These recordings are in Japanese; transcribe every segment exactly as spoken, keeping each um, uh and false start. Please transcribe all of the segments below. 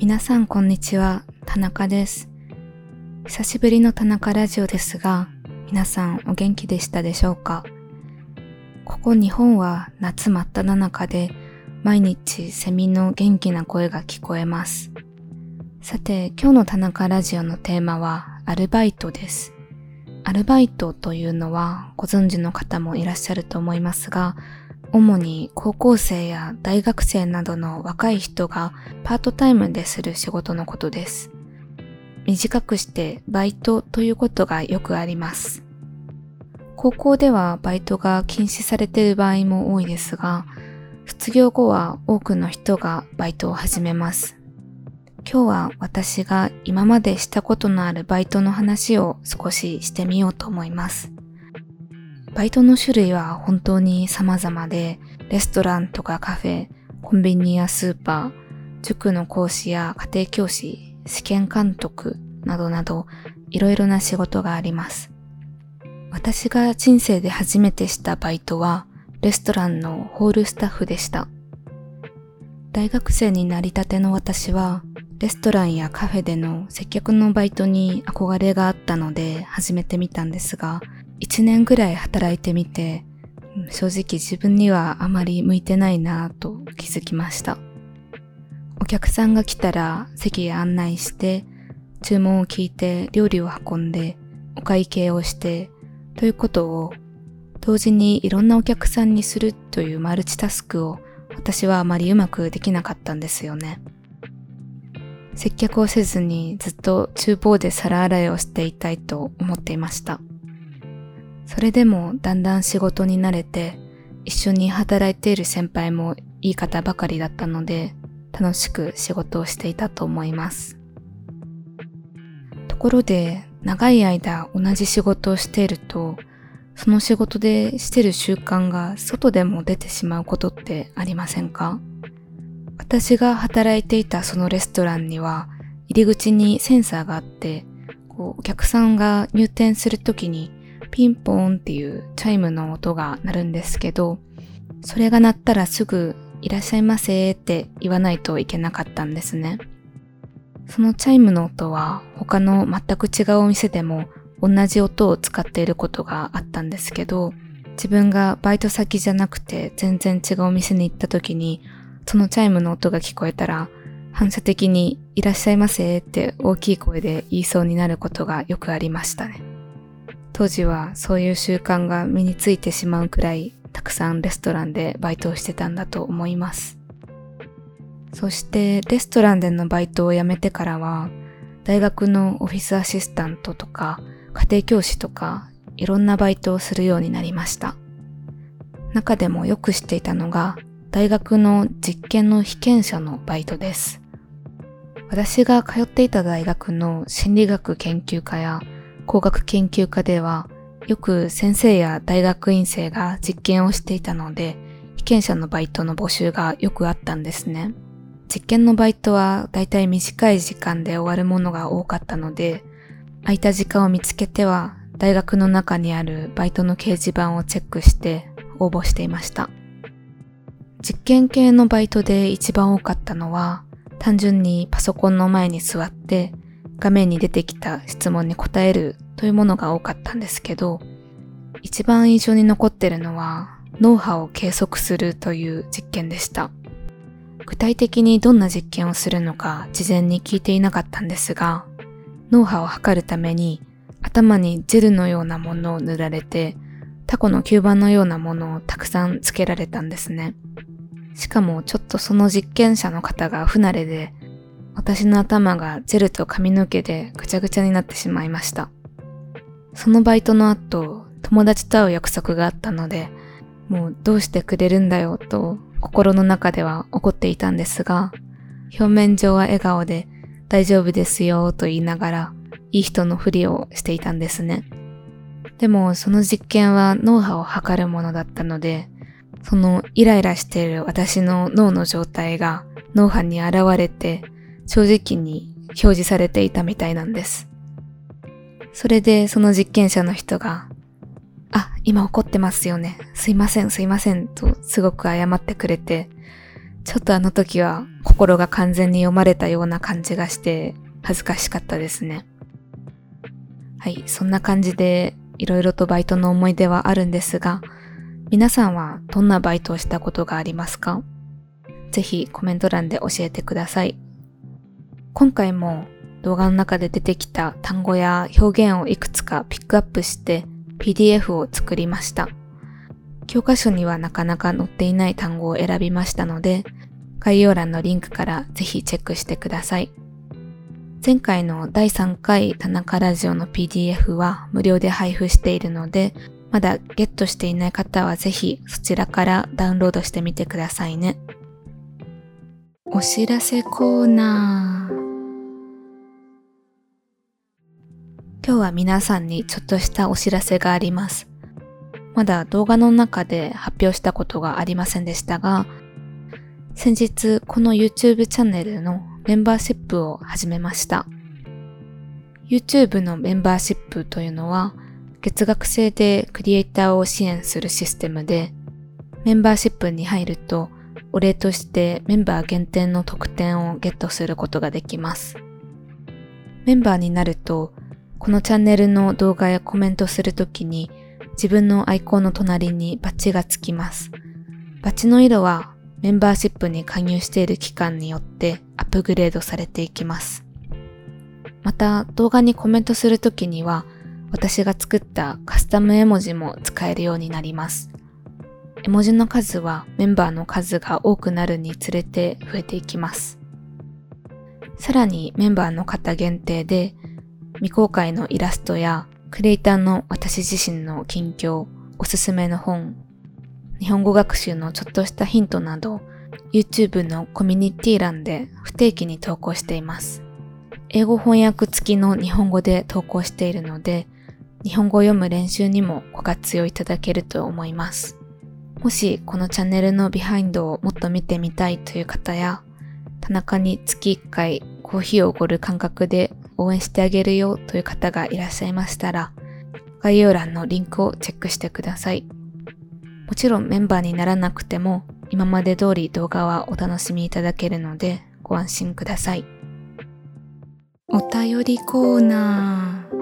皆さんこんにちは、田中です。久しぶりの田中ラジオですが、皆さんお元気でしたでしょうか？ここ日本は夏真っ只中で、毎日セミの元気な声が聞こえます。さて、今日の田中ラジオのテーマはアルバイトです。アルバイトというのはご存知の方もいらっしゃると思いますが、主に高校生や大学生などの若い人がパートタイムでする仕事のことです。短くしてバイトということがよくあります。高校ではバイトが禁止されている場合も多いですが、卒業後は多くの人がバイトを始めます。今日は私が今までしたことのあるバイトの話を少ししてみようと思います。バイトの種類は本当に様々で、レストランとかカフェ、コンビニやスーパー、塾の講師や家庭教師、試験監督などなどいろいろな仕事があります。私が人生で初めてしたバイトはレストランのホールスタッフでした。大学生になりたての私はレストランやカフェでの接客のバイトに憧れがあったので始めてみたんですが、一年ぐらい働いてみて、正直自分にはあまり向いてないなぁと気づきました。お客さんが来たら席へ案内して、注文を聞いて料理を運んで、お会計をして、ということを同時にいろんなお客さんにするというマルチタスクを私はあまりうまくできなかったんですよね。接客をせずにずっと厨房で皿洗いをしていたいと思っていました。それでもだんだん仕事に慣れて、一緒に働いている先輩もいい方ばかりだったので、楽しく仕事をしていたと思います。ところで、長い間同じ仕事をしていると、その仕事でしている習慣が外でも出てしまうことってありませんか？私が働いていたそのレストランには、入り口にセンサーがあって、こうお客さんが入店するときに、ピンポーンっていうチャイムの音が鳴るんですけど、それが鳴ったらすぐいらっしゃいませって言わないといけなかったんですね。そのチャイムの音は他の全く違うお店でも同じ音を使っていることがあったんですけど、自分がバイト先じゃなくて全然違うお店に行った時にそのチャイムの音が聞こえたら反射的にいらっしゃいませって大きい声で言いそうになることがよくありましたね。当時はそういう習慣が身についてしまうくらいたくさんレストランでバイトをしてたんだと思います。そしてレストランでのバイトを辞めてからは大学のオフィスアシスタントとか家庭教師とかいろんなバイトをするようになりました。中でもよく知っていたのが大学の実験の被験者のバイトです。私が通っていた大学の心理学研究科や工学研究科ではよく先生や大学院生が実験をしていたので被験者のバイトの募集がよくあったんですね。実験のバイトはだいたい短い時間で終わるものが多かったので空いた時間を見つけては大学の中にあるバイトの掲示板をチェックして応募していました。実験系のバイトで一番多かったのは単純にパソコンの前に座って画面に出てきた質問に答えるというものが多かったんですけど、一番印象に残っているのは脳波を計測するという実験でした。具体的にどんな実験をするのか事前に聞いていなかったんですが、脳波を測るために頭にジェルのようなものを塗られて、タコの吸盤のようなものをたくさんつけられたんですね。しかもちょっとその実験者の方が不慣れで、私の頭がジェルと髪の毛でぐちゃぐちゃになってしまいました。そのバイトの後、友達と会う約束があったので、もうどうしてくれるんだよと心の中では怒っていたんですが、表面上は笑顔で大丈夫ですよと言いながらいい人のふりをしていたんですね。でもその実験は脳波を測るものだったので、そのイライラしている私の脳の状態が脳波に現れて正直に表示されていたみたいなんです。それでその実験者の人が、あ、今怒ってますよね。すいません、すいませんとすごく謝ってくれて、 ちょっとあの時は心が完全に読まれたような感じがして恥ずかしかったですね。はい、そんな感じでいろいろとバイトの思い出はあるんですが、皆さんはどんなバイトをしたことがありますか？ぜひコメント欄で教えてください。今回も動画の中で出てきた単語や表現をいくつかピックアップして ピーディーエフ を作りました。教科書にはなかなか載っていない単語を選びましたので、概要欄のリンクからぜひチェックしてください。前回のだいさんかい田中ラジオの ピーディーエフ は無料で配布しているので、まだゲットしていない方はぜひそちらからダウンロードしてみてくださいね。お知らせコーナー。今日は皆さんにちょっとしたお知らせがあります。まだ動画の中で発表したことがありませんでしたが、先日この YouTube チャンネルのメンバーシップを始めました。YouTube のメンバーシップというのは月額制でクリエイターを支援するシステムで、メンバーシップに入るとお礼としてメンバー限定の特典をゲットすることができます。メンバーになるとこのチャンネルの動画やコメントするときに自分のアイコンの隣にバッジがつきます。バッジの色はメンバーシップに加入している期間によってアップグレードされていきます。また動画にコメントするときには私が作ったカスタム絵文字も使えるようになります。絵文字の数はメンバーの数が多くなるにつれて増えていきます。さらにメンバーの方限定で未公開のイラストやクリエイターの私自身の近況、おすすめの本、日本語学習のちょっとしたヒントなど YouTube のコミュニティ欄で不定期に投稿しています。英語翻訳付きの日本語で投稿しているので、日本語を読む練習にもご活用いただけると思います。もしこのチャンネルのビハインドをもっと見てみたいという方や、田中に月いっかいコーヒーをおごる感覚で応援してあげるよという方がいらっしゃいましたら、概要欄のリンクをチェックしてください。もちろんメンバーにならなくても、今まで通り動画はお楽しみいただけるのでご安心ください。お便りコーナー。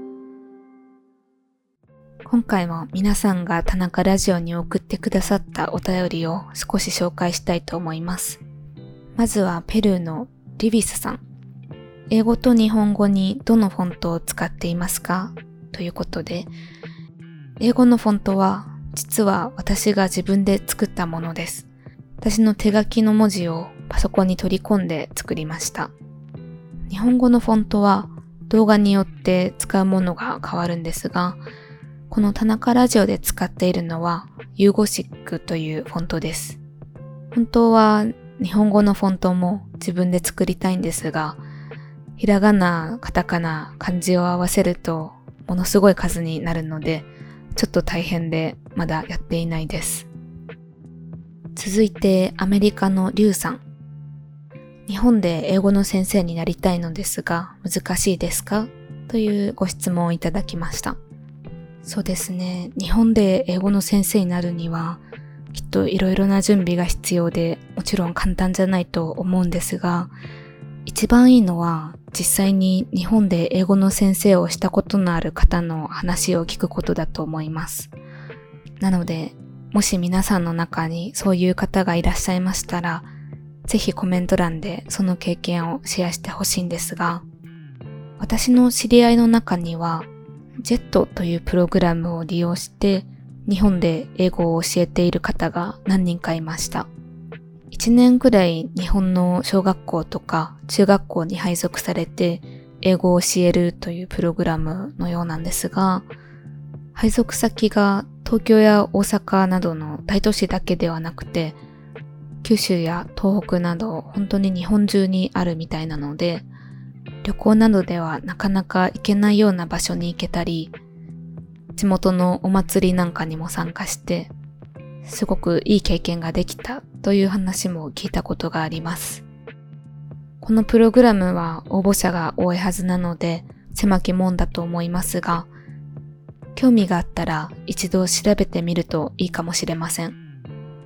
今回も皆さんが田中ラジオに送ってくださったお便りを少し紹介したいと思います。まずはペルーのリビスさん。英語と日本語にどのフォントを使っていますか？ということで、英語のフォントは実は私が自分で作ったものです。私の手書きの文字をパソコンに取り込んで作りました。日本語のフォントは動画によって使うものが変わるんですが、この田中ラジオで使っているのはユーゴシックというフォントです。本当は日本語のフォントも自分で作りたいんですが、ひらがな、カタカナ、漢字を合わせるとものすごい数になるので、ちょっと大変でまだやっていないです。続いてアメリカのリュウさん。日本で英語の先生になりたいのですが難しいですか？というご質問をいただきました。そうですね。日本で英語の先生になるにはきっといろいろな準備が必要で、もちろん簡単じゃないと思うんですが、一番いいのは実際に日本で英語の先生をしたことのある方の話を聞くことだと思います。なので、もし皆さんの中にそういう方がいらっしゃいましたら、ぜひコメント欄でその経験をシェアしてほしいんですが、私の知り合いの中には、ジェットというプログラムを利用して日本で英語を教えている方が何人かいました。いちねんくらい日本の小学校とか中学校に配属されて英語を教えるというプログラムのようなんですが、配属先が東京や大阪などの大都市だけではなくて、九州や東北など本当に日本中にあるみたいなので、旅行などではなかなか行けないような場所に行けたり、地元のお祭りなんかにも参加して、すごくいい経験ができたという話も聞いたことがあります。このプログラムは応募者が多いはずなので狭き門だと思いますが、興味があったら一度調べてみるといいかもしれません。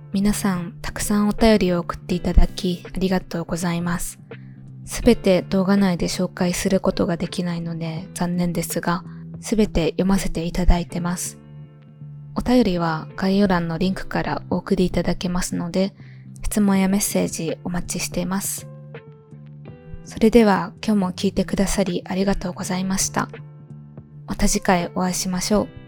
皆さんたくさんお便りを送っていただきありがとうございます。すべて動画内で紹介することができないので残念ですが、すべて読ませていただいてます。お便りは概要欄のリンクからお送りいただけますので、質問やメッセージお待ちしています。それでは今日も聞いてくださりありがとうございました。また次回お会いしましょう。